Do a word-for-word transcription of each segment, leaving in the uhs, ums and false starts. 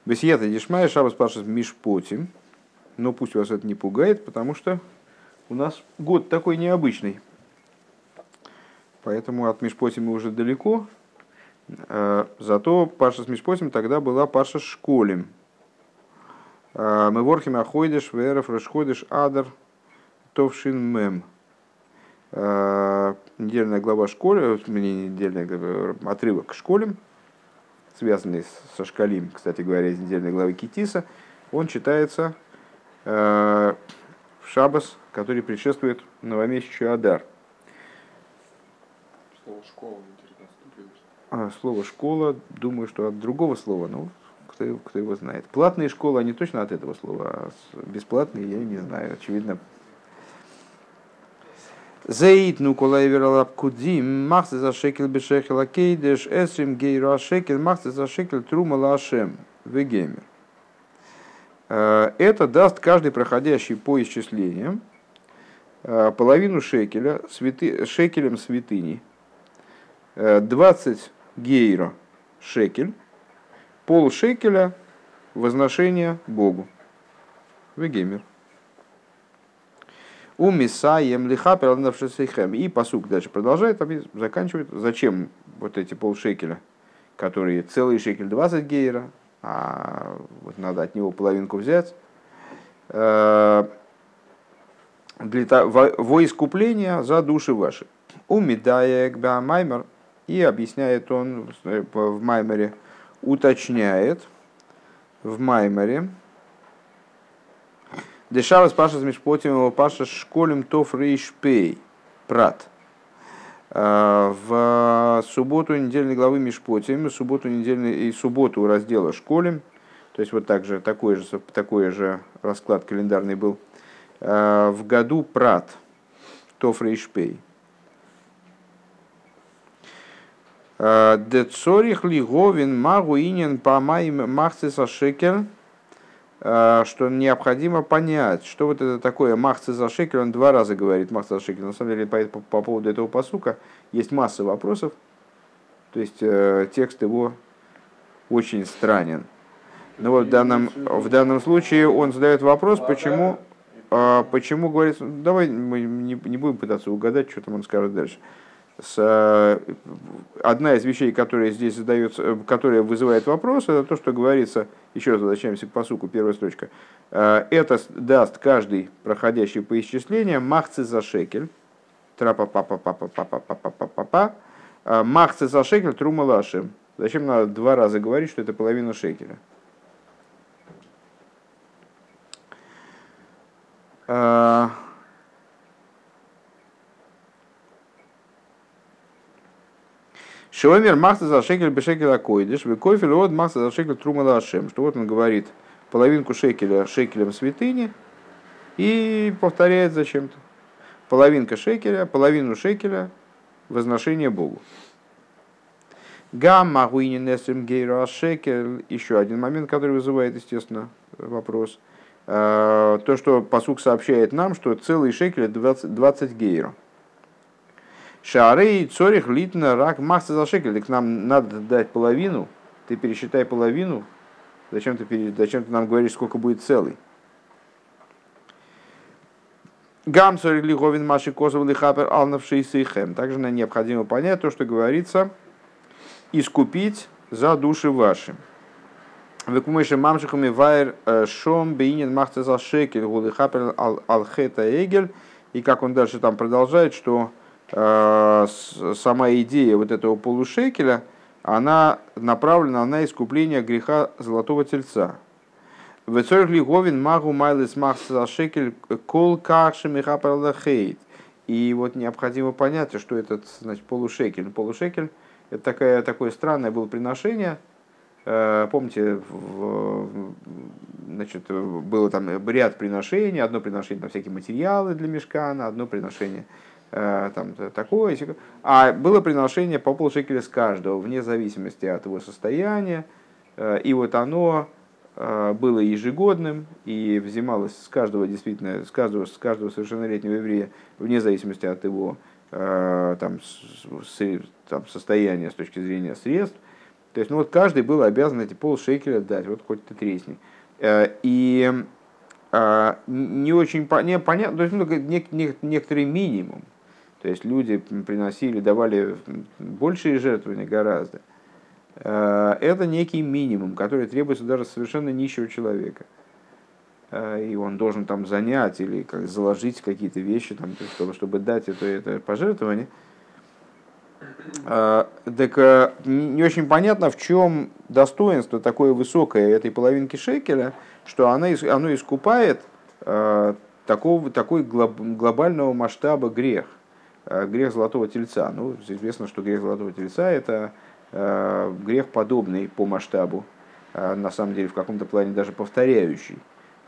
Бесьета Дишмая Шабас Пашас Мишпотим. Но пусть вас это не пугает, потому что у нас год такой необычный. Поэтому от Мишпотим мы уже далеко. Зато Пашас Мишпотим тогда была Пашас Школем. Мы ворхим Ахойдеш, Веров, Рашходеш, Адар, Товшин Мем. Недельная глава Школе, не недельная глава, отрывок Школем, связанный со Шкалим, кстати говоря, из недельной главы Китиса, он читается в Шабас, который предшествует новомесячию Адар. Слово «школа» интересно А, слово «школа», думаю, что от другого слова, ну, кто, кто его знает. Платные школы, они точно от этого слова, а бесплатные, я не знаю, очевидно. Зейт ну колайвералап кудим, махты за шекель бешекел акейдеш, эсрим гейра шекель, махты за шекель трумала ашем, вегемер. Это даст каждый проходящий по исчислениям половину шекеля, святы, шекелем святыни, двадцать гейра шекель, пол шекеля возношения Богу. Вегемер. У Мисаем лиха переладнавшийся. И пасук дальше продолжает, заканчивает. Зачем вот эти полшекеля, которые целый шекель двадцать гейра, а вот надо от него половинку взять. Для того, во искупление за души ваши. У Мидаек Баамаймер, и объясняет он в Маймере, уточняет в Маймере. Дешавас Паша с Мишпотим, Паша Школем Тоф Рейшпей, Прат. В субботу недельной главы Мишпотим, субботу недельной и субботу раздела Школем, то есть вот так же, такой же, такой же расклад календарный был, в году Прат, Тоф Рейшпей. Децорих лиговин магуинен памай махцеса шекер. Что необходимо понять, что вот это такое махцы за шекель, он два раза говорит махцы за шекель. На самом деле, по, по, по поводу этого пасука есть масса вопросов, то есть э, текст его очень странен. Но вот в данном, в данном случае он задает вопрос, почему, э, почему говорит, давай мы не, не будем пытаться угадать, что там он скажет дальше. С, одна из вещей, которая здесь задается, которая вызывает вопрос, это то, что говорится, еще раз возвращаемся к пасуку, первая строчка. Это даст каждый проходящий по исчислениям махцы за шекель, трапа папа папа папа папа папа папа, махцы за шекель трума лашем. Зачем надо два раза говорить, что это половина шекеля? Шоумер махта за шекель бешекель акойдеш, векофель от махта за шекель трума лашем. Что вот он говорит половинку шекеля шекелем святыни и повторяет зачем-то. Половинка шекеля, половину шекеля возношение Богу. Гамма гуининесим гейра шекель. Еще один момент, который вызывает, естественно, вопрос. То, что пасук сообщает нам, что целый шекель двадцать, двадцать гейра. Шарей цорих литна рак махса за шекель. Так нам надо дать половину. Ты пересчитай половину. Зачем ты, зачем ты нам говоришь, сколько будет целый? Гам цорих лиховин маши козов лихапер алнавший сейхем. Также нам необходимо понять то, что говорится, искупить за души ваши. Векумыши мамшихами вайр шом бейнин махса за шекель гулихапер алхета эгель. И как он дальше там продолжает, что сама идея вот этого полушекеля, она направлена на искупление греха золотого тельца. И вот необходимо понять, что этот, значит, полушекель. Полушекель — это такое, такое странное было приношение. Помните, в, значит, было там ряд приношений, одно приношение на всякие материалы для мишкана, одно приношение там такое, а было приношение по полшекеля с каждого, вне зависимости от его состояния, и вот оно было ежегодным и взималось с каждого действительно, с каждого, с каждого совершеннолетнего еврея, вне зависимости от его там, с, там, состояния с точки зрения средств, То есть, ну вот каждый был обязан эти полшекеля дать, вот хоть ты тресни. И не очень понятно, то есть, ну, нек, нек, некоторый минимум. То есть люди приносили, давали большие жертвования гораздо. Это некий минимум, который требуется даже совершенно нищего человека. И он должен там занять или как, заложить какие-то вещи, там, чтобы, чтобы дать это, это пожертвование. Так не очень понятно, в чем достоинство такое высокое этой половинки шекеля, что она, оно искупает такого, такой глобального масштаба грех, грех золотого тельца. Ну, известно, что грех золотого тельца – это грех подобный по масштабу, на самом деле в каком-то плане даже повторяющий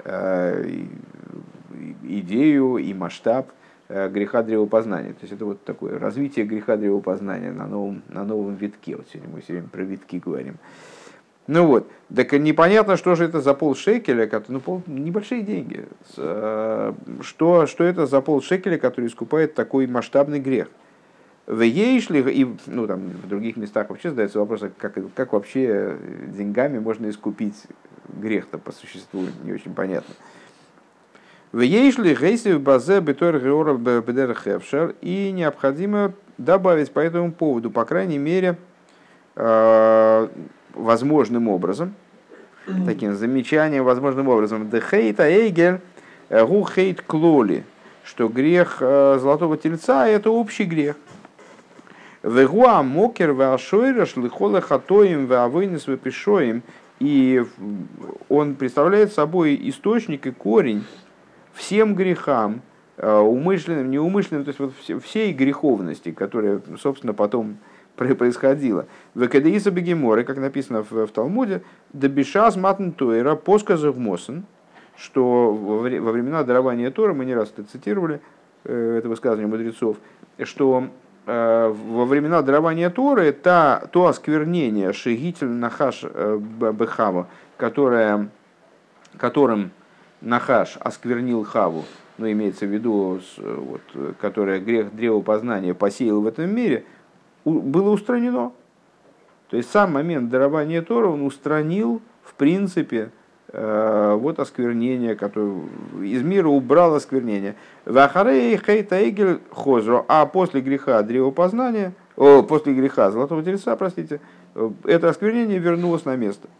идею и масштаб греха древопознания. То есть это вот такое развитие греха древопознания на новом, на новом витке. Вот сегодня мы все время про витки говорим. Ну вот, так непонятно, что же это за полшекеля, ну, пол, небольшие деньги. Что, что это за полшекеля, который искупает такой масштабный грех? В Ейшли, и ну, там, в других местах вообще задается вопрос, как, как вообще деньгами можно искупить грех-то по существу, не очень понятно. В Ейшли гейсив базе бетор геора бедер хевшер, и необходимо добавить по этому поводу, по крайней мере, возможным образом, таким замечанием, возможным образом, дехейта эйгель гу хейт клоли, что грех золотого тельца – это общий грех. Вегуа мокер веашойраш лихоле хатоим веавойнес вепишоим, и он представляет собой источник и корень всем грехам, умышленным, неумышленным, то есть вот всей греховности, которая, собственно, потом происходила. В Экадеиса Бегеморы, как написано в, в Талмуде, «Дабишаз матн туэра посказах мосен», что во времена дарования Тора, мы не раз это цитировали, это высказывание мудрецов, что во времена дарования Торы та, то осквернение шигитель нахаш бехава, которое, которым Нахаш осквернил Хаву, ну, имеется в виду, вот, которое грех древопознания посеял в этом мире, было устранено. То есть сам момент дарования Тора, он устранил, в принципе, э, вот осквернение, которое из мира убрал осквернение. А после греха древопознания, о, после греха золотого тельца, простите, это осквернение вернулось на место.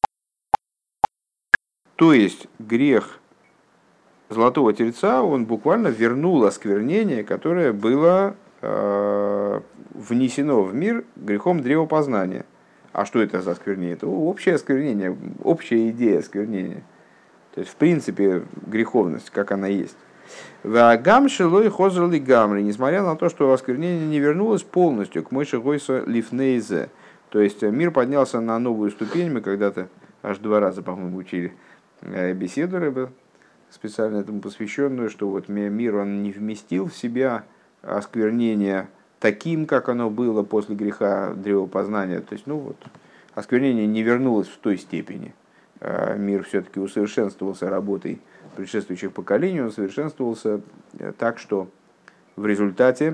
То есть грех золотого тельца, он буквально вернул осквернение, которое было э, внесено в мир грехом древопознания. А что это за осквернение? Это общее осквернение, общая идея осквернения. То есть, в принципе, греховность, как она есть. Вагам шилой хозрли гамри, несмотря на то, что осквернение не вернулось полностью к Мойше Гойса лифнейзе. То есть, мир поднялся на новую ступень, мы когда-то аж два раза, по-моему, учили беседу Ребе, специально этому посвященную, что вот мир он не вместил в себя осквернение таким, как оно было после греха древопознания. То есть, ну вот, осквернение не вернулось в той степени. Мир все-таки усовершенствовался работой предшествующих поколений, он усовершенствовался так, что в результате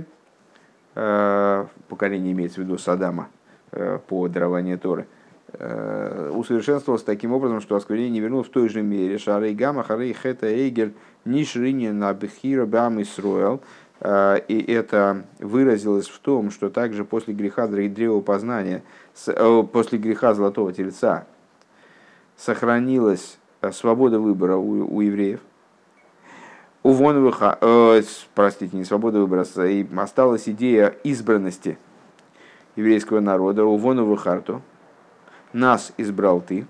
поколение имеется в виду Содама по дарованию Торы, усовершенствовался таким образом, что осквернение не вернулось в той же мере. Шарей гамма, харей хета эйгель, нишрине на бехира бам Исруэл. И это выразилось в том, что также после греха древопознания, после греха золотого тельца, сохранилась свобода выбора у, у евреев. У Воновыха, э, простите, не свобода выбора, осталась идея избранности еврейского народа. У Воновыхарту. Нас избрал ты.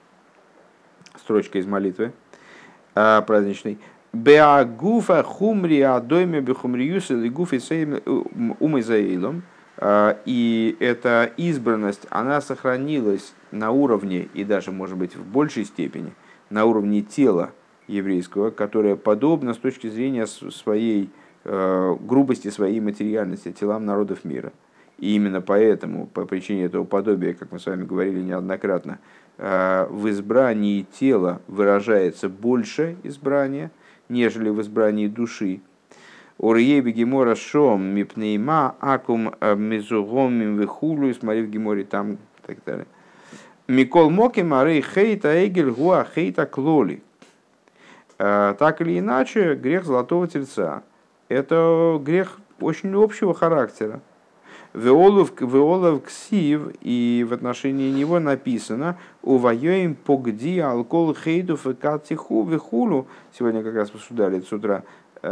Строчка из молитвы э, праздничной. Беагуфа хумри адойме бехумриюс или гуфи сейм умизаилом. И эта избранность, она сохранилась на уровне, и даже, может быть, в большей степени, на уровне тела еврейского, которое подобно с точки зрения своей э, грубости, своей материальности телам народов мира. И именно поэтому, по причине этого подобия, как мы с вами говорили неоднократно, э, в избрании тела выражается больше избрания, нежели в избрании души. Орьеби гемора шом мипнейма акум мезугомим вихулю, смотри в геморе, там так далее. Микол моки марей хейта эгель гуа хейта клоли. Так или иначе, грех золотого тельца – это грех очень общего характера. Веолов ксив, и в отношении него написано «Увоем погди алкол хейдуф и катиху вихулу». Сегодня как раз обсуждали это с утра.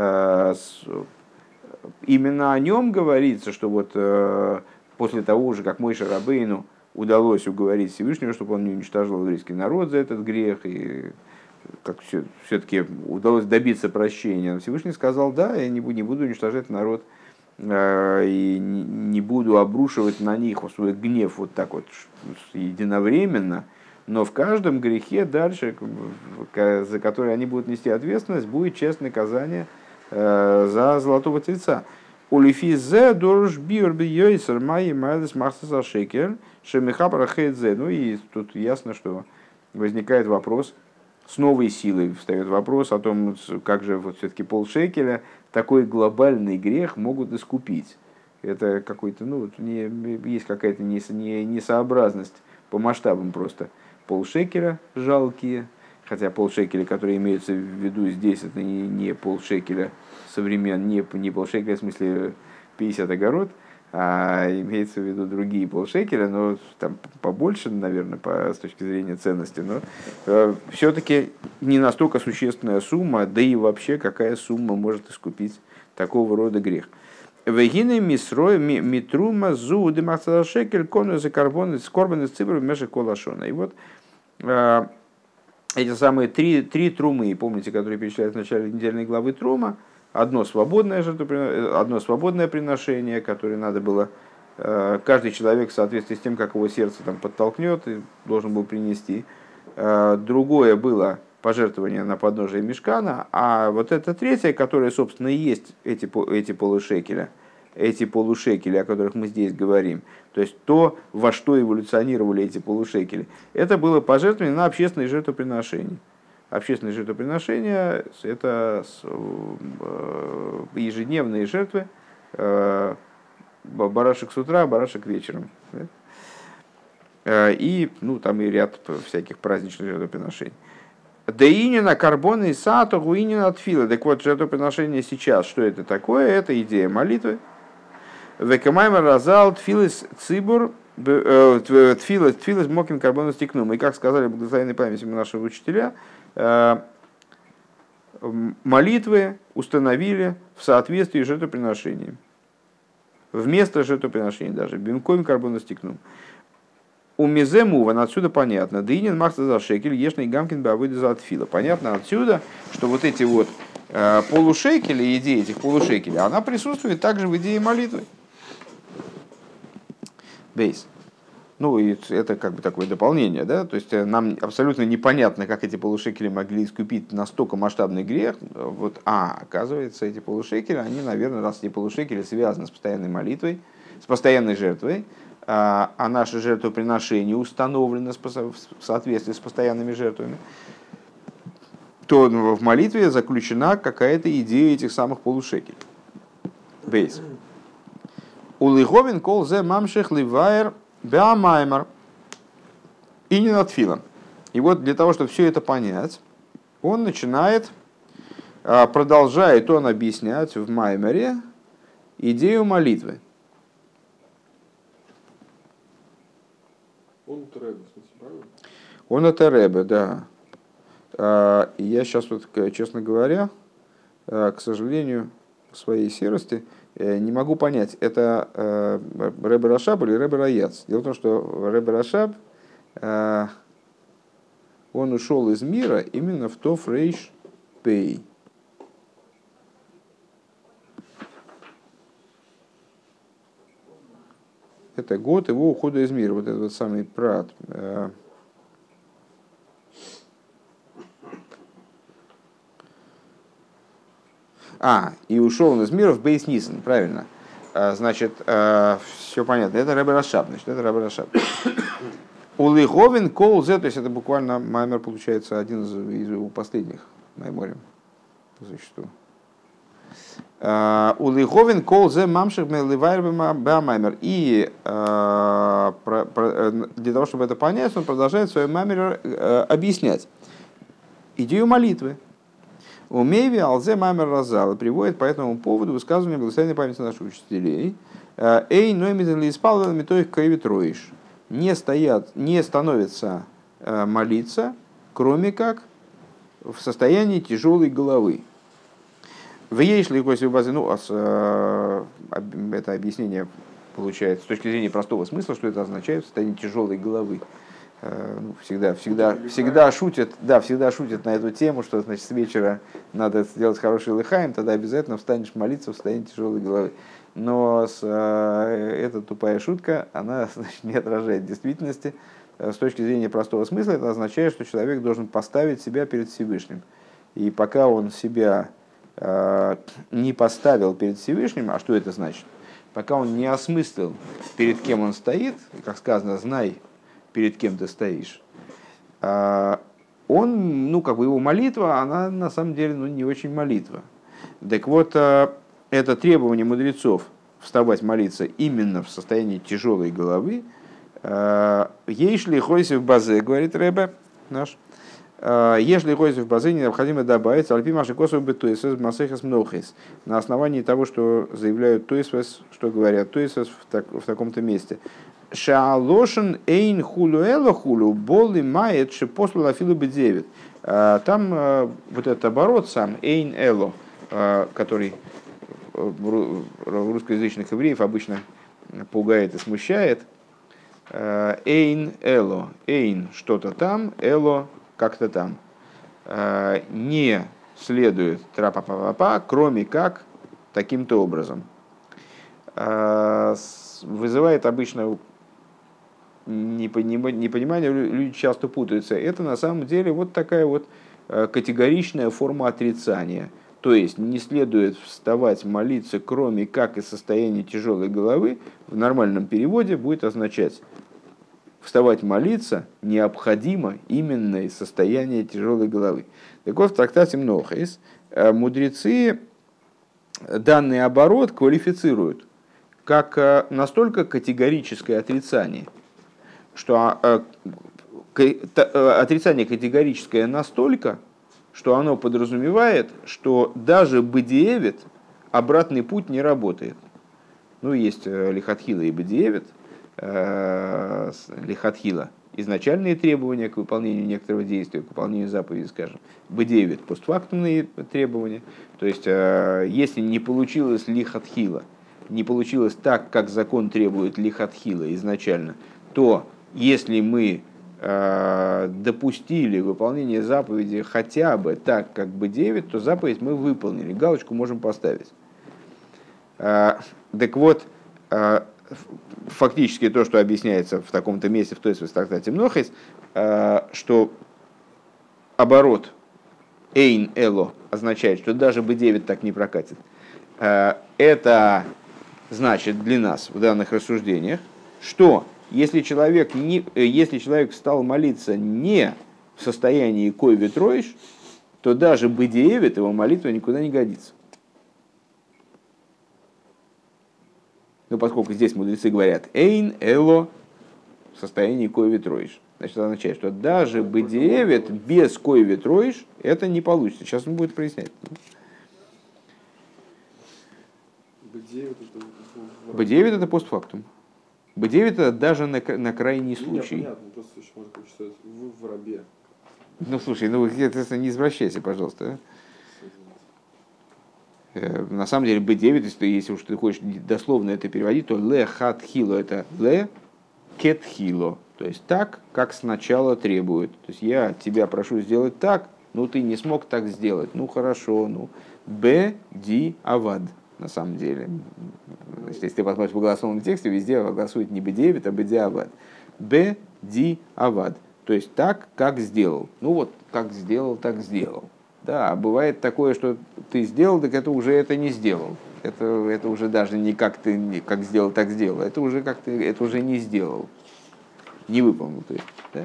Именно о нем говорится, что вот после того же, как Мойше Рабейну удалось уговорить Всевышнего, чтобы он не уничтожил еврейский народ за этот грех, и как все, все-таки удалось добиться прощения, Всевышний сказал: да, я не буду, не буду уничтожать народ, и не буду обрушивать на них свой гнев вот так вот единовременно, но в каждом грехе дальше, за который они будут нести ответственность, будет честное наказание за золотого тельца. Улифизе дорож биорби йойсер майи майлес махсаса шекер шемихабра хейдзе. Ну и тут ясно, что возникает вопрос, с новой силой встает вопрос о том, как же вот все-таки полшекеля такой глобальный грех могут искупить. Это какой-то, ну, вот не, есть какая-то несообразность по масштабам просто. Полшекеля жалкие, хотя полшекеля, которые имеются в виду здесь, это не, не полшекеля современ, не, не полшекеля в смысле пятьдесят огород, а имеется в виду другие полшекеля, но там побольше, наверное, по, с точки зрения ценности, но э, все-таки не настолько существенная сумма, да и вообще какая сумма может искупить такого рода грех. Вегины мисрой митрума зу демацашекель кону за карбон скорбан из цибру межи колашона. И вот э, эти самые три, три трумы, помните, которые перечисляют в начале недельной главы Трума. Одно свободное, одно свободное приношение, которое надо было, каждый человек в соответствии с тем, как его сердце там подтолкнет, должен был принести. Другое было пожертвование на подножие мишкана, а вот это третье, которое, собственно, и есть эти, эти полушекеля, эти полушекели, о которых мы здесь говорим, то есть то, во что эволюционировали эти полушекели, это было пожертвование на общественные жертвоприношения. Общественные жертвоприношения – это ежедневные жертвы, барашек с утра, барашек вечером. И ну, там и ряд всяких праздничных жертвоприношений. Деинина, карбоны, сато, гуинина, тфила. Так вот, жертвоприношение сейчас, что это такое? Это идея молитвы. Векамаймер разал тфилис цибур, тфилис, тфилис моким карбонус тикнум. И как сказали благословенной памяти нашего учителя, молитвы установили в соответствии с жертвоприношением. Вместо жертвоприношения даже. Бимкоим карбонус тикнум. У миземува, отсюда понятно. Дынин махта за шекель, ешный гамкин бавыды за отфила. Понятно отсюда, что вот эти вот э, полушекели, идея этих полушекелей, она присутствует также в идее молитвы. Бейс. Ну, и это как бы такое дополнение, да? То есть нам абсолютно непонятно, как эти полушекели могли искупить настолько масштабный грех. Вот, а, оказывается, эти полушекели, они, наверное, раз эти полушекели связаны с постоянной молитвой, с постоянной жертвой, а наше жертвоприношение установлено в соответствии с постоянными жертвами, то в молитве заключена какая-то идея этих самых полушекелей. Бейс. Улыговин кол зе мамшех ливайер беамаймар. И не над филом. И вот для того, чтобы все это понять, он начинает, продолжает он объяснять в Маймере идею молитвы. Он это Ребе, в смысле, правильно? Он это Ребе, да. И я сейчас, вот, честно говоря, к сожалению, в своей серости не могу понять, это Ребе Рашаб или Ребе Раяц. Дело в том, что Ребе Рашаб, он ушел из мира именно в Тов Рейш Пей. Это год его ухода из мира, вот этот вот самый прат. А, и ушел он из мира в Бейс Нисан, правильно. Значит, все понятно, это Ребе Рашаб, значит, это Ребе Рашаб. Улыговин кол зе, то есть это буквально маймер, получается, один из, из его последних майморем по существу. Улиховин кол зе мамших меливайр бамаймер. И э, про- про- для того, чтобы это понять, он продолжает свой маймер э, объяснять идею молитвы. Умейви алзе маймер разал приводит по этому поводу высказывание благословенной памяти наших учителей. Эй, ноймиден ли испал метоих каевитроиш. Не стоят, не становится э, молиться, кроме как в состоянии тяжелой головы. В ейшли косив базы, ну, это объяснение получается с точки зрения простого смысла, что это означает в состоянии тяжелой головы. Ну, всегда, всегда, всегда шутят, да, всегда шутят на эту тему, что значит с вечера надо сделать хороший лыхаем, тогда обязательно встанешь молиться в состоянии тяжелой головы. Но с, э, эта тупая шутка, она, значит, не отражает действительности. С точки зрения простого смысла это означает, что человек должен поставить себя перед Всевышним. И пока он себя не поставил перед Всевышним, а что это значит? Пока он не осмыслил, перед кем он стоит, как сказано, знай, перед кем ты стоишь, он, ну, как бы его молитва, она на самом деле, ну, не очень молитва. Так вот, это требование мудрецов вставать молиться именно в состоянии тяжелой головы. Ейшли хойсев базе, говорит Ребе наш, если ходит в базы, необходимо добавить альпи маши косов бы туэсэс масэхас мнохис. На основании того, что заявляют туэсэс, что говорят туэсэс в, так, в таком-то месте. Шаалошен эйн хулю эло хулю боли мает шепослу лафилу бедевит. Там вот этот оборот сам, эйн эло, который в русскоязычных евреев обычно пугает и смущает. Эйн эло, эйн что-то там, эло как-то там, не следует трапа-па-па-па, кроме как таким-то образом. Вызывает обычно непонимание, люди часто путаются. Это на самом деле вот такая вот категоричная форма отрицания. То есть не следует вставать молиться, кроме как из состояния тяжелой головы, в нормальном переводе будет означать: вставать молиться необходимо именно из состояния тяжелой головы. Так вот, в трактате Мнохис мудрецы данный оборот квалифицируют как настолько категорическое отрицание, что отрицание категорическое настолько, что оно подразумевает, что даже бедиевит обратный путь не работает. Ну, есть лихатхила и бедиевит, лихатхила, изначальные требования к выполнению некоторого действия, к выполнению заповеди, скажем, бедиевит, постфактумные требования. То есть, если не получилось лихатхила, не получилось так, как закон требует лихатхила изначально, то если мы допустили выполнение заповеди хотя бы так, как бедиевит, то заповедь мы выполнили, галочку можем поставить. Так вот, фактически то, что объясняется в таком-то месте, в той же трактате Мнохис, что оборот эйн эло означает, что даже бедиевит так не прокатит. Это значит для нас в данных рассуждениях, что если человек, не, если человек стал молиться не в состоянии кой ветроиш, то даже бедиевит его молитва никуда не годится. Но поскольку здесь мудрецы говорят «эйн эло» в состоянии кой ветроиш, значит, это означает, что даже бедиевит без кой ветроиш это не получится. Сейчас он будет прояснять. Бедиевит это постфактум. Бедиевит это даже на, на крайний случай. Нет, понятно, просто еще можно прочитать в, в рабе. Ну слушай, ну это не извращайся, пожалуйста. На самом деле бедиевит, если, если уж ты хочешь дословно это переводить, то ле хат хило это ле кет хило. То есть так, как сначала требует. То есть я тебя прошу сделать так, но ты не смог так сделать. Ну хорошо, ну б ди авад. На самом деле, если ты посмотришь в голосовом тексте, везде голосует не бедиевит, а б ди авад. Б ди авад. То есть так, как сделал. Ну вот, как сделал, так сделал. Да, бывает такое, что ты сделал, так это уже это не сделал. Это, это уже даже не как ты как сделал, так сделал. Это уже как ты это уже не сделал. Не выполнил. То есть, да?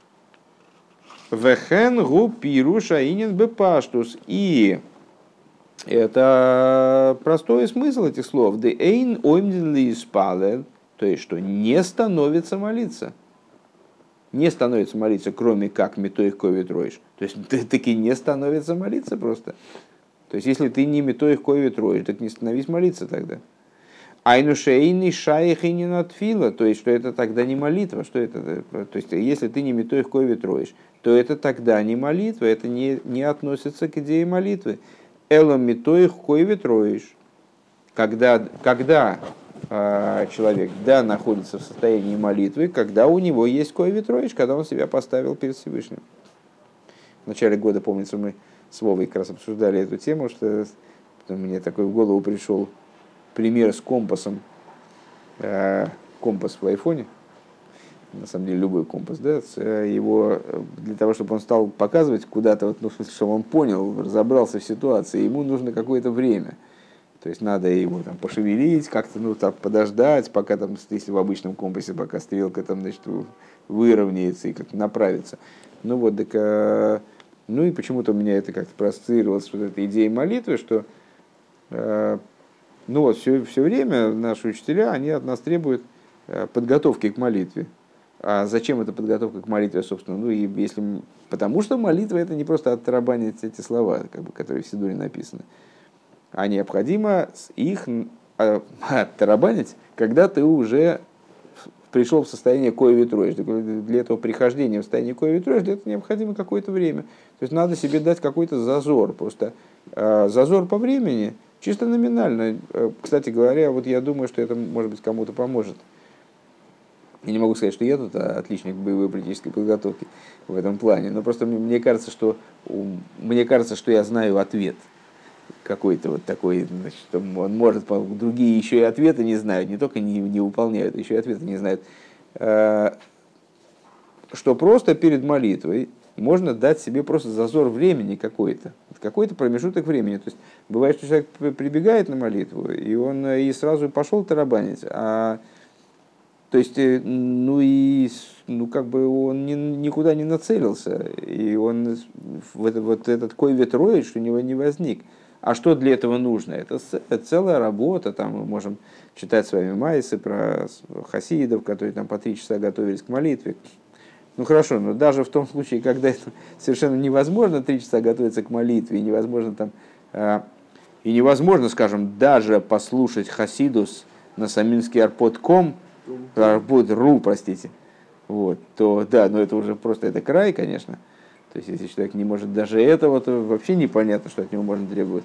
Вехен гу пируша инин бепаштус. И Это простой смысл этих слов. «Де эйн оймден ли испален», то есть, что не становится молиться. Не становится молиться, кроме как метоих кови троиш. То есть, ты таки не становится молиться просто. То есть, если ты не метоих кови троиш, так не становись молиться тогда. Айнушейный шаих и не натфила, то есть, что это тогда не молитва, что это, то есть, если ты не метоих кови троиш, то это тогда не молитва, это не, не относится к идее молитвы. Элом метоих кови троиш. Когда, когда э, человек да, находится в состоянии молитвы, когда у него есть кови троиш, когда он себя поставил перед Всевышним. В начале года, помнится, мы с Вовой как раз обсуждали эту тему, что мне такой в голову пришел пример с компасом. Э, компас в айфоне, на самом деле любой компас, да, его для того, чтобы он стал показывать куда-то, вот, ну, чтобы он понял, разобрался в ситуации, ему нужно какое-то время. То есть надо его там пошевелить, как-то ну, так подождать, пока там, если в обычном компасе, пока стрелка там, значит, выровняется и как-то направится. Ну вот, так, ну и почему-то у меня это как-то проассоциировалось, вот эта идея молитвы, что ну вот все, все время наши учителя, они от нас требуют подготовки к молитве. А зачем эта подготовка к молитве, собственно? Ну, и если... Потому что молитва — это не просто оттарабанить эти слова, как бы, которые в Сидуре написаны, а необходимо их оттарабанить, когда ты уже пришел в состояние кови троиш. Для этого прихождения в состояние кови троиш, для этого необходимо какое-то время. То есть надо себе дать какой-то зазор, просто зазор по времени, чисто номинально. Кстати говоря, вот я думаю, что это, может быть, кому-то поможет. Я не могу сказать, что я тут отличник боевой политической подготовки в этом плане, но просто мне кажется, что, мне кажется, что я знаю ответ какой-то вот такой, значит, он может, другие еще и ответы не знают, не только не, не выполняют, еще и ответы не знают, что просто перед молитвой можно дать себе просто зазор времени какой-то, какой-то промежуток времени. То есть бывает, что человек прибегает на молитву, и он и сразу пошел тарабанить, а то есть, ну и, ну как бы он ни, никуда не нацелился, и он в это, вот этот кови троиш у него не возник. А что для этого нужно? Это целая работа, там мы можем читать с вами майсы про хасидов, которые там по три часа готовились к молитве. Ну хорошо, но даже в том случае, когда это совершенно невозможно три часа готовиться к молитве, и невозможно там, и невозможно, скажем, даже послушать хасидус на саминский арпод точка ком, будет ру, простите, вот, то да, но это уже просто это край, конечно. То есть, если человек не может даже этого, то вообще непонятно, что от него можно требовать.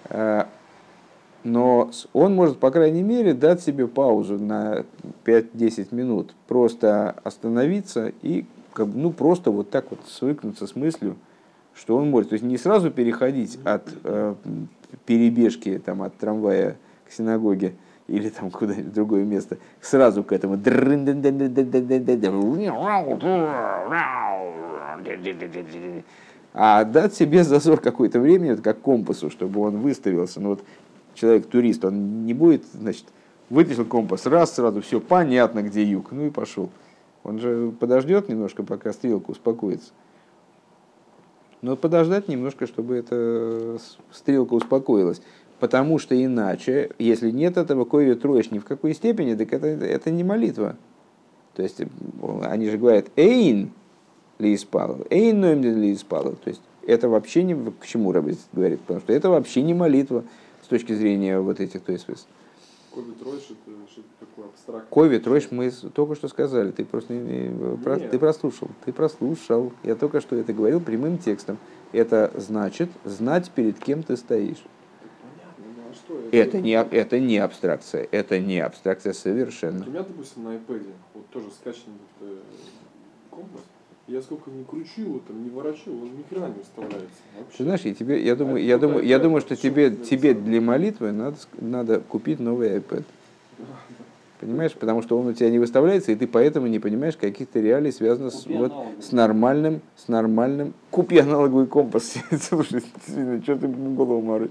Но он может, по крайней мере, дать себе паузу на пять-десять минут, просто остановиться и ну, просто вот так вот свыкнуться с мыслью, что он может. То есть, не сразу переходить от э, перебежки там, от трамвая к синагоге, или там куда-нибудь в другое место, сразу к этому. А дать себе зазор какое-то времени, как компасу, чтобы он выставился. Ну вот человек-турист, он не будет, значит, вытащил компас, раз, сразу все понятно, где юг, ну и пошел. Он же подождет немножко, пока стрелка успокоится. Но подождать немножко, чтобы эта стрелка успокоилась. Потому что иначе, если нет этого кови троиш ни в какой степени, так это, это не молитва. То есть, они же говорят, эйн ли испалал, эйн ноем ли испалал. То есть, это вообще не... К чему Рабби говорит? Потому что это вообще не молитва с точки зрения вот этих... То есть, кови троиш это что-то такое абстрактное. Кови троиш мы только что сказали, ты просто не, про, ты прослушал, ты прослушал. Я только что это говорил прямым текстом. Это значит знать, перед кем ты стоишь. Это не, это не абстракция, это не абстракция совершенно. Вот у меня, допустим, на iPad вот тоже скачан компас, я сколько ни кручу его, там, не ворочу, он ни хрена не вставляется. Вообще. Ты знаешь, я, тебе, я, думаю, а я, думаю, я думаю, что тебе, тебе для молитвы надо, надо купить новый iPad. Понимаешь? Потому что он у тебя не выставляется, и ты поэтому не понимаешь каких-то реалий, связанных с, вот, с нормальным, с нормальным... Купи аналоговый компас. Слушай, что ты голову морочишь?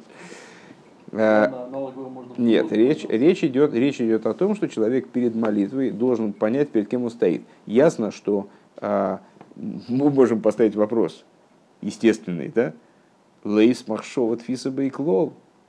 Нет, речь, речь, идет, речь идет о том, что человек перед молитвой должен понять, перед кем он стоит. Ясно, что а, мы можем поставить вопрос, естественный, да? Лейс махшоват фиса бейклол.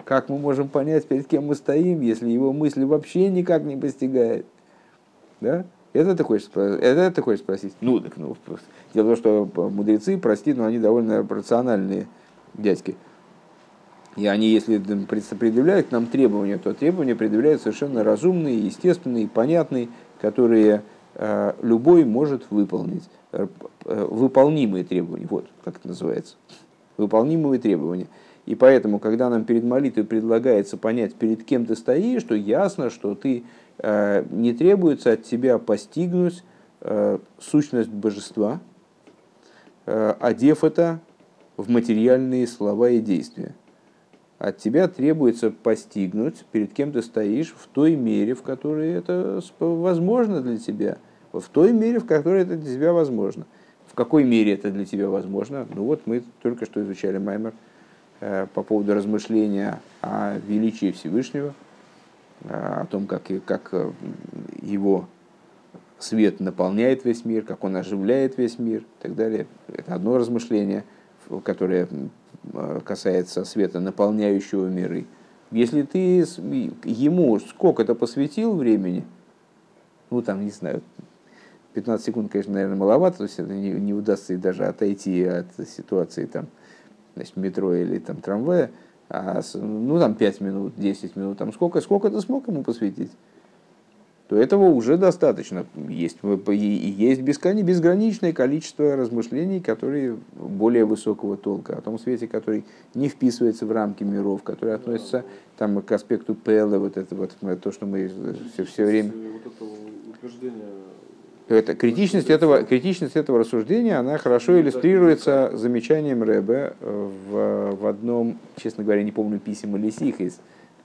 Как мы можем понять, перед кем мы стоим, если его мысли вообще никак не постигает? Да? Это ты хочешь, это ты хочешь спросить? Ну, так, ну, дело в том, что мудрецы, прости, но они довольно рациональные дядьки. И они, если предъявляют к нам требования, то требования предъявляют совершенно разумные, естественные, понятные, которые э, любой может выполнить. Э, выполнимые требования, вот как это называется. Выполнимые требования. И поэтому, когда нам перед молитвой предлагается понять, перед кем ты стоишь, то ясно, что ты, э, не требуется от тебя постигнуть э, сущность божества, э, одев это в материальные слова и действия. От тебя требуется постигнуть, перед кем ты стоишь, в той мере, в которой это возможно для тебя. В той мере, в которой это для тебя возможно. В какой мере это для тебя возможно? Ну вот мы только что изучали маймер э, по поводу размышления о величии Всевышнего, э, о том, как, как его свет наполняет весь мир, как он оживляет весь мир и так далее. Это одно размышление, которое касается света, наполняющего миры. Если ты ему сколько-то посвятил времени, ну там, не знаю, пятнадцать секунд, конечно, наверное, маловато, то есть это не, не удастся и даже отойти от ситуации там, значит, метро или там, трамвая, а, ну там пять минут, десять минут, там сколько, сколько ты смог ему посвятить, то этого уже достаточно. Есть, есть безграничное количество размышлений, которые более высокого толка, о том свете, который не вписывается в рамки миров, который относится там, к аспекту Пэлла, вот это вот, то, что мы все, все время... Вот это утверждение... Это, критичность, этого, критичность этого рассуждения, она хорошо иллюстрируется замечанием Ребе в, в одном, честно говоря, не помню, писем или сихис,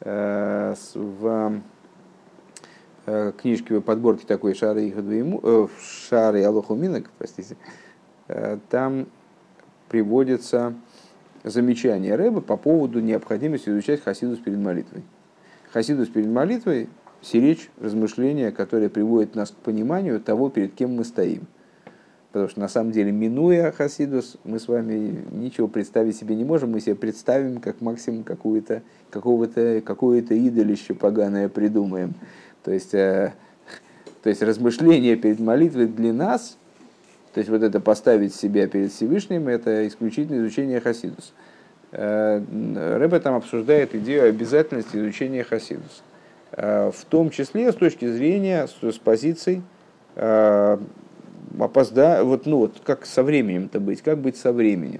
в книжке, подборки такой Шары и Шары Алоху Минок, простите, там приводится замечание Ребе по поводу необходимости изучать хасидус перед молитвой. Хасидус перед молитвой — сиречь, размышления, которые приводят нас к пониманию того, перед кем мы стоим. Потому что на самом деле, минуя хасидус, мы с вами ничего представить себе не можем, мы себе представим как максимум какую-то, какого-то, какое-то идолище поганое придумаем. То есть, э, то есть размышление перед молитвой для нас, то есть вот это поставить себя перед Всевышним, это исключительно изучение хасидус. Э, Ребе там обсуждает идею обязательности изучения хасидус. Э, в том числе с точки зрения, с, с позиций э, опозда, вот, ну, вот как со временем-то быть, как быть со временем.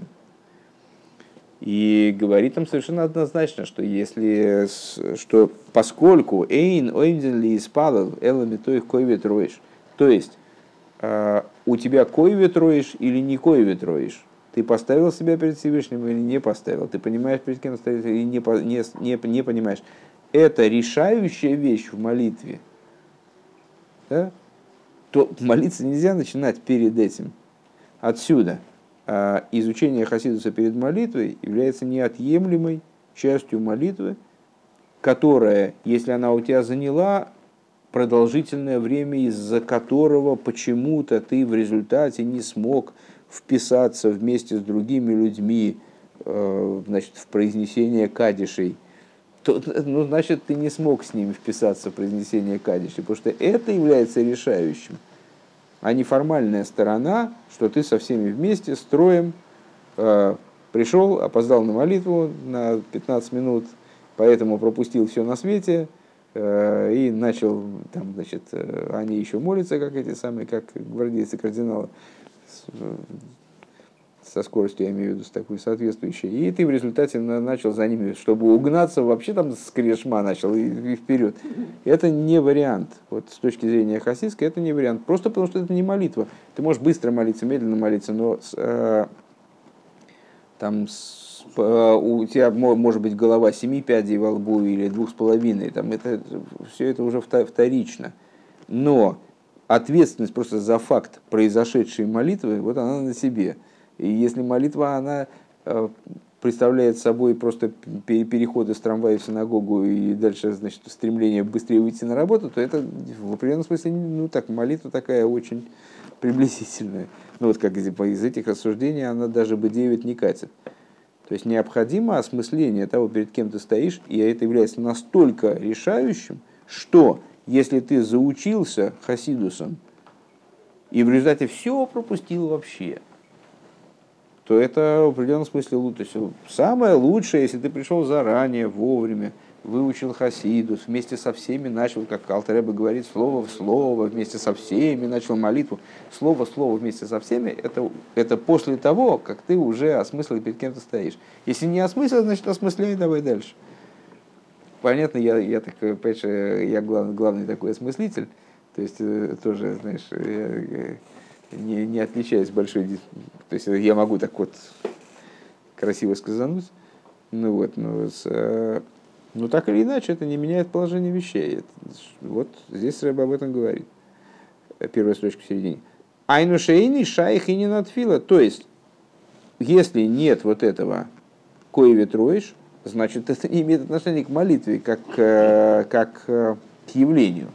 И говорит там совершенно однозначно, что если, что поскольку эйн оймден ли испалал элами то их койвет роишь, то есть у тебя койвет роишь или не койвет роишь, ты поставил себя перед Всевышним или не поставил, ты понимаешь, перед кем стоишь или не, не, не, не понимаешь, это решающая вещь в молитве, да? То молиться нельзя начинать перед этим. Отсюда изучение хасидуса перед молитвой является неотъемлемой частью молитвы, которая, если она у тебя заняла продолжительное время, из-за которого почему-то ты в результате не смог вписаться вместе с другими людьми, значит, в произнесение кадишей, то, ну, значит, ты не смог с ними вписаться в произнесение кадишей, потому что это является решающим, а не формальная сторона, что ты со всеми вместе, строем, э, пришел, опоздал на молитву на пятнадцать минут, поэтому пропустил все на свете, э, и начал, там, значит, э, они еще молятся, как эти самые, как гвардейцы кардинала, с, со скоростью, я имею в виду, с такой соответствующей, и ты в результате начал за ними, чтобы угнаться, вообще там с крешма начал и, и вперед. Это не вариант. Вот с точки зрения хасидской, это не вариант. Просто потому, что это не молитва. Ты можешь быстро молиться, медленно молиться, но э, там с, э, у тебя может быть голова семи пядей во лбу или двух с половиной. Там это, все это уже вторично. Но ответственность просто за факт произошедшей молитвы, вот она на себе. И если молитва, она э, представляет собой просто переход из трамвая в синагогу и дальше, значит, стремление быстрее выйти на работу, то это в определенном смысле, ну так, молитва такая очень приблизительная. Ну вот как из, из этих рассуждений она даже бы девять не катит. То есть необходимо осмысление того, перед кем ты стоишь, и это является настолько решающим, что если ты заучился хасидусом и в результате все пропустил вообще, то это в определенном смысле лучше. То есть самое лучшее, если ты пришел заранее, вовремя, выучил хасидус, вместе со всеми начал, как Алтер Ребе говорит, слово в слово, вместе со всеми начал молитву. Слово в слово вместе со всеми, это, это после того, как ты уже осмыслил, перед кем ты стоишь. Если не осмыслил, значит осмысляй, давай дальше. Понятно, я, я, так, я главный, главный такой осмыслитель, то есть тоже, знаешь, я, не, не отличаюсь большой... То есть я могу так вот красиво сказануть, ну вот, ну, с, ну так или иначе это не меняет положение вещей. Это, вот здесь Рэбе об этом говорит. Первая строчка в середине. Айну шейни шайх и не надфила. То есть, если нет вот этого коеве троиш, значит это не имеет отношения к молитве, как, как к явлению.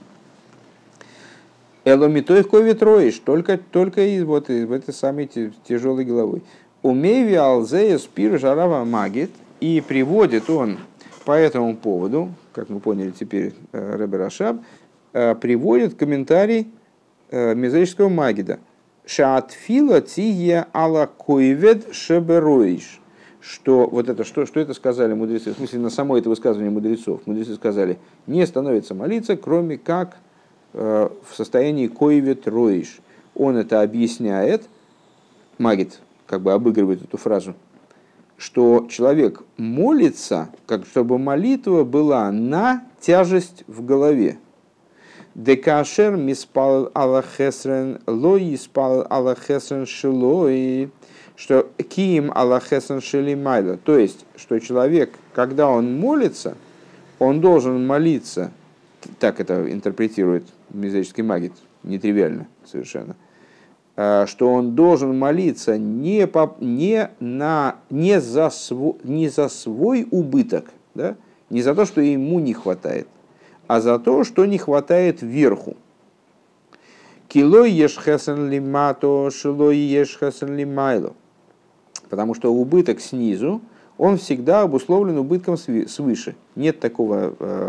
Эломитой кови троишь, только, только из, вот, из, в этой самой тяжелой головой. Умейви алзея спир жарава магит, и приводит он по этому поводу, как мы поняли теперь Ребе Рашаб, приводит комментарий мезрического магида. Шаатфила тие ала койвед шебероиш. Что вот это, что, что это сказали мудрецы, в смысле на само это высказывание мудрецов. Мудрецы сказали, не становится молиться, кроме как в состоянии коевет роиш. Он это объясняет, Магид как бы обыгрывает эту фразу, что человек молится, как чтобы молитва была на тяжесть в голове. Декашер миспал аллахесрен лои спал аллахесрен шилой, что киим аллахесрен шилимайла. То есть, что человек, когда он молится, он должен молиться, так это интерпретирует мезрический магид, нетривиально совершенно, что он должен молиться не, по, не, на, не, за, свой, не за свой убыток, да? Не за то, что ему не хватает, а за то, что не хватает вверху. Килой еш хесен лимато, шилой еш хесен лимайло. Потому что убыток снизу, он всегда обусловлен убытком свыше. Нет такого,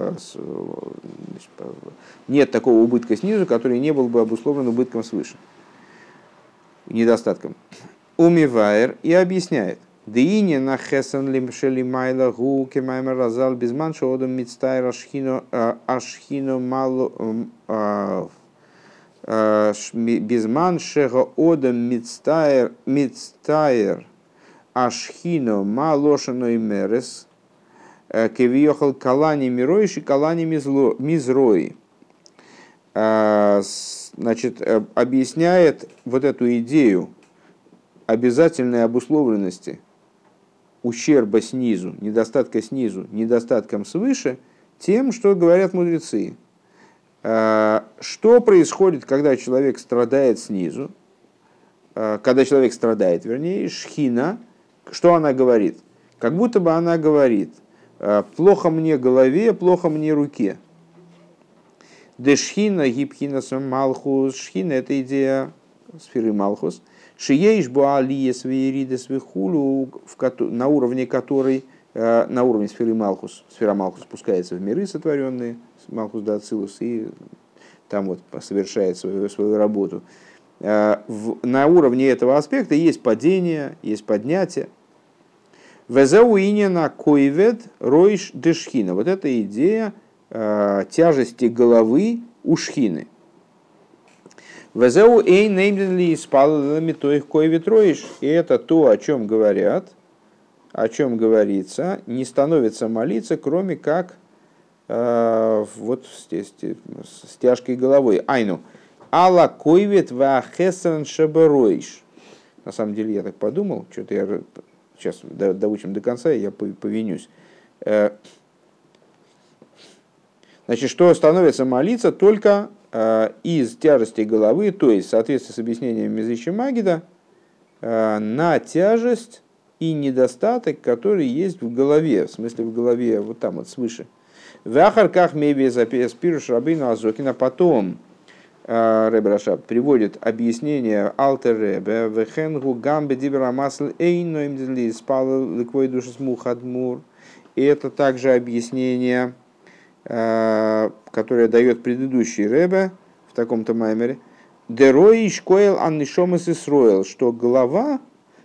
нет такого убытка снизу, который не был бы обусловлен убытком свыше. Недостатком. Умивайер и объясняет. Деине на хесен лимшели майла гу кемаймер разал безман шоодом мицтайр ашхино ашхино мало безман шего одом мицтайр мицтайр ашхино малошено и мерес кевиохал калани мироиши калани мизрои. Значит, объясняет вот эту идею обязательной обусловленности ущерба снизу, недостатка снизу, недостатком свыше, тем, что говорят мудрецы. Что происходит, когда человек страдает снизу? Когда человек страдает, вернее, шхина, что она говорит? Как будто бы она говорит, плохо мне голове, плохо мне руке. Дешхина гибхина сам малхус. Шхина — это идея сферы малхус. Шиеиш буалия свеириды свихулу, на уровне которой, на уровне сферы малхус, сфера малхус спускается в миры сотворенные, малхус да ацилус, и там вот совершает свою, свою работу. На уровне этого аспекта есть падение, есть поднятие. Везауинина койвед ройш дешхина. Вот эта идея тяжести головы у шхины. Везеу эй неймденли спалами то их койвед ройш. И это то, о чем говорят, о чем говорится, не становится молиться, кроме как э, вот с, с, с тяжкой головой. Айну. Алла койвет вахесрен шаберойш. На самом деле я так подумал, что-то я сейчас доучим до конца, и я повинюсь. Значит, что становится молиться только э, из тяжести головы, то есть в соответствии с объяснением Мезрича Магида, э, на тяжесть и недостаток, который есть в голове, в смысле в голове вот там вот свыше. В ахарках меби запируш рабейну Азокина, потом Ребе Рашаб приводит объяснение Алтер Ребе «Вехенгу гамбе дибера масл эйноим дили спал ликвой души смухадмур». И это также объяснение, которое дает предыдущий Ребе в таком-то маймере. «Дерой шкоэл аннишомес Исроэл», что голова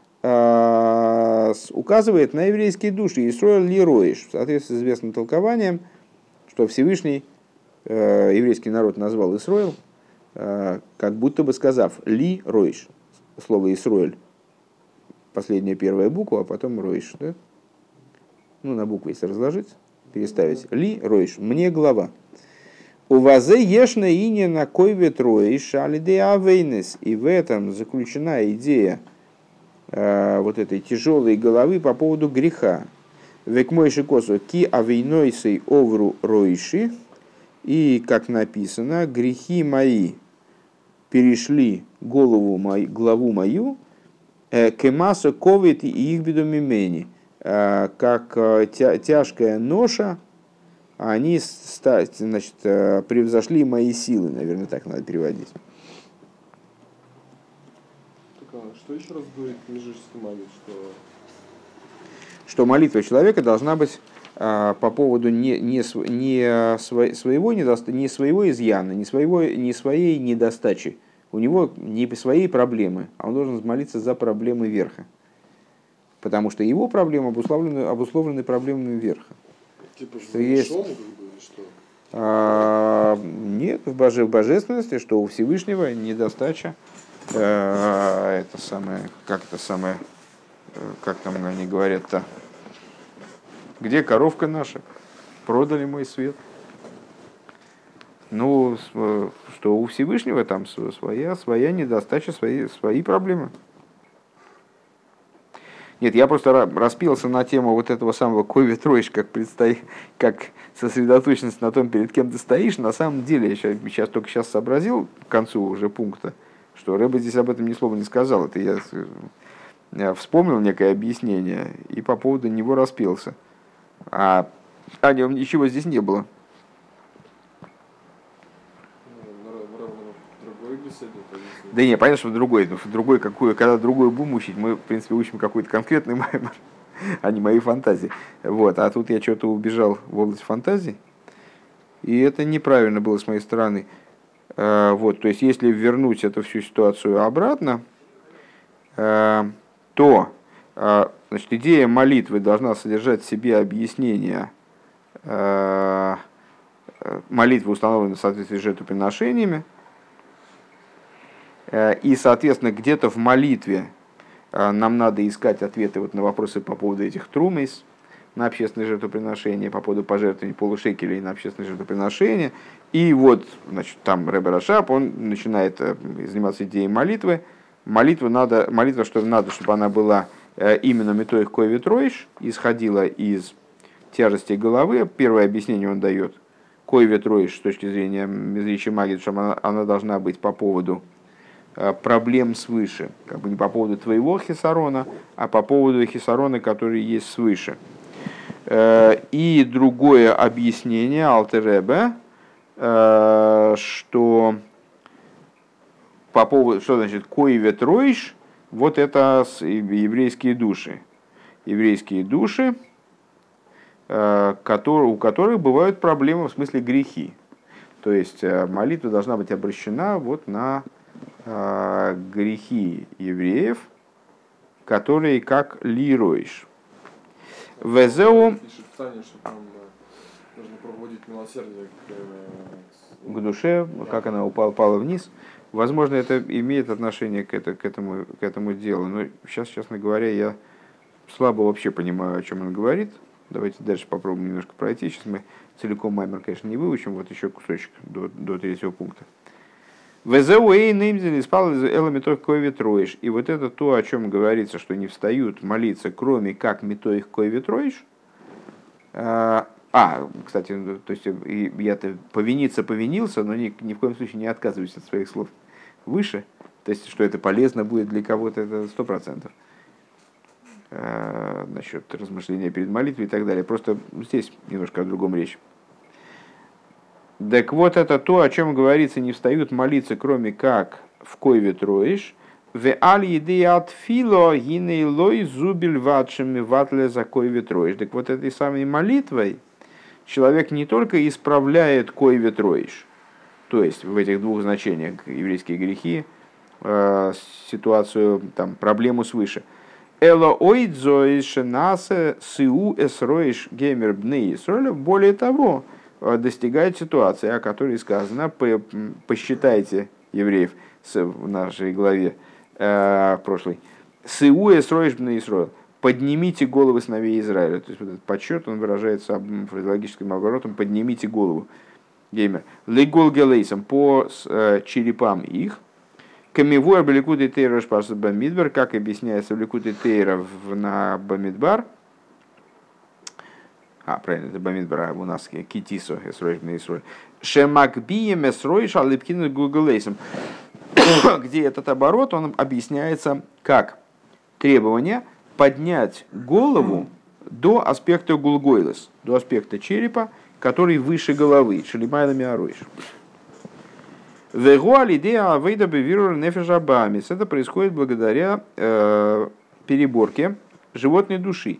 указывает на еврейские души. Исроэл ли роиш. В соответствии с известным толкованием, что Всевышний еврейский народ назвал Исроэл, как будто бы сказав «ли роиш», слово «Исроэль», последняя первая буква, а потом «роиш». Да? Ну, на буквы, если разложить, переставить. «Ли роиш», «мне глава». «У вазе ешна ине на койвет роиш алиде авейнес». И в этом заключена идея э, вот этой тяжелой головы по поводу греха. «Век мойши косу ки авейнойсей овру роиши». И, как написано, грехи мои перешли голову мою, главу мою, кемаса ковит и их беду мимени, как тя, тяжкая ноша, они, значит, превзошли мои силы, наверное, так надо переводить. Так, а что еще раз говорит Межижский молитв, что... что молитва человека должна быть по поводу не, не, не своего недоста... не своего изъяна, не, своего, не своей недостачи. У него не своей проблемы, а он должен молиться за проблемы верха. Потому что его проблемы обусловлены, обусловлены проблемами верха. Типа что есть... шоу, как бы, или что? А, нет, в, боже... в божественности, что у Всевышнего недостача. А, это самое, как это самое, как там они говорят-то, где коровка наша, продали мой свет. Ну, что у Всевышнего там своя, своя недостача, свои, свои проблемы. Нет, я просто распился на тему вот этого самого «Кове троиш», как, предстоит, как сосредоточенность на том, перед кем ты стоишь. На самом деле, я сейчас, сейчас только сейчас сообразил к концу уже пункта, что Рэбе здесь об этом ни слова не сказал. Это я, я вспомнил некое объяснение и по поводу него распился. А о нем ничего здесь не было. Да не, понятно, что в другой, в другой какую, когда другой будем учить, мы, в принципе, учим какой-то конкретный маймер, а не мои фантазии. Вот. А тут я что-то убежал в область фантазий, и это неправильно было с моей стороны. Вот. То есть, если вернуть эту всю ситуацию обратно, то значит, идея молитвы должна содержать в себе объяснение молитвы, установленной в соответствии с жертвоприношениями. И, соответственно, где-то в молитве нам надо искать ответы вот на вопросы по поводу этих трумейс, на общественные жертвоприношения, по поводу пожертвований полушекелей на общественные жертвоприношения. И вот, значит, там Ребе Рашаб, он начинает заниматься идеей молитвы. Молитва, надо, молитва, что надо, чтобы она была именно метоих кове троиш, исходила из тяжести головы. Первое объяснение он дает. Кове троиш с точки зрения Мизричи Маги, что она, она должна быть по поводу проблем свыше, как бы не по поводу твоего хисарона, а по поводу хисарона, который есть свыше. И другое объяснение Алтер Ребе, что по поводу, что значит коиве троиш, вот это еврейские души, еврейские души, которые, у которых бывают проблемы, в смысле грехи. То есть молитва должна быть обращена вот на грехи евреев, которые как лироиш. Везеу к душе, как она упала, упала вниз. Возможно, это имеет отношение к, это, к, этому, к этому делу. Но сейчас, честно говоря, я слабо вообще понимаю, о чем он говорит. Давайте дальше попробуем немножко пройти. Сейчас мы целиком маймер, конечно, не выучим. Вот еще кусочек до, до третьего пункта. И вот это то, о чем говорится, что не встают молиться, кроме как метоих коеве троиш. А, кстати, то есть я-то повиниться повинился, но ни, ни в коем случае не отказываюсь от своих слов выше. То есть, что это полезно будет для кого-то, это сто процентов. Насчет размышления перед молитвой и так далее. Просто здесь немножко о другом речь. Так вот это то, о чем говорится, не встают молиться, кроме как в койве троиш. В аль еды от фило гиней лой зубель ватшими ватле за койве троиш. Так вот этой самой молитвой человек не только исправляет койве троиш, то есть в этих двух значениях еврейские грехи, э, ситуацию, там, проблему свыше. Эло ойдзоиш насе сиу эсроиш геймер бней Исроэля. Более того, достигает ситуации, о которой сказано, посчитайте евреев в нашей главе э, прошлой. Сиу эсроиш бней Исроэль. Поднимите головы сыновей Израиля. То есть вот этот подсчет, он выражается фразеологическим оборотом поднимите голову. Геймер. Легол гелейсом по э, черепам их. Камивуар Беликут и Тейра Шпарса Бамидбар, как объясняется в Ликут Тейра на Бамидбар. А, правильно, это Бамидбар, а у нас Китисо, Эсрой, Эсрой. Шемакбием Эсрой Шалипкину Гуглейсом. Где этот оборот, он объясняется как требование поднять голову до аспекта Гулгойлес, до аспекта черепа, который выше головы, Шалимайлами Ароиш. Это происходит благодаря э, переборке животной души.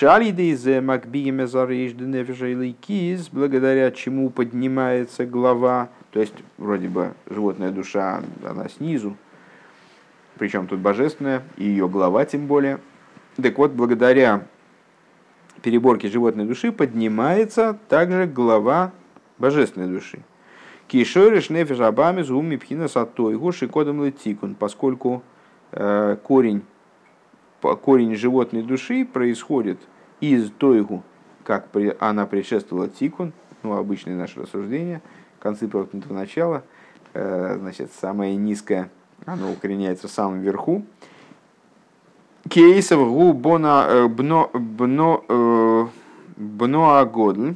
Благодаря чему поднимается голова, то есть вроде бы животная душа, она снизу, причем тут божественная, и ее голова тем более. Так вот, благодаря переборке животной души поднимается также голова божественной души. Кишориш нефиш абами зуми пхина сатойгу шикодом летикун, поскольку э, корень, корень животной души происходит из тойгу, как при, она предшествовала тикун, ну, обычное наше рассуждение, концы проклятого начала, э, значит, самое низкое, оно укореняется в самом верху. Кейсов гу бона бно бно бно агодль,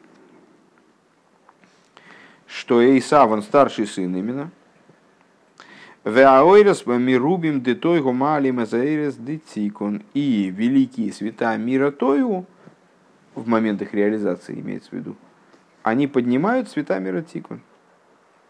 что Эйсав, он старший сын именно. Веаойрес мирубим детой гумали мазаирес детикон. И великие света мира Тойгу, в момент их реализации имеется в виду, они поднимают света мира Тикун.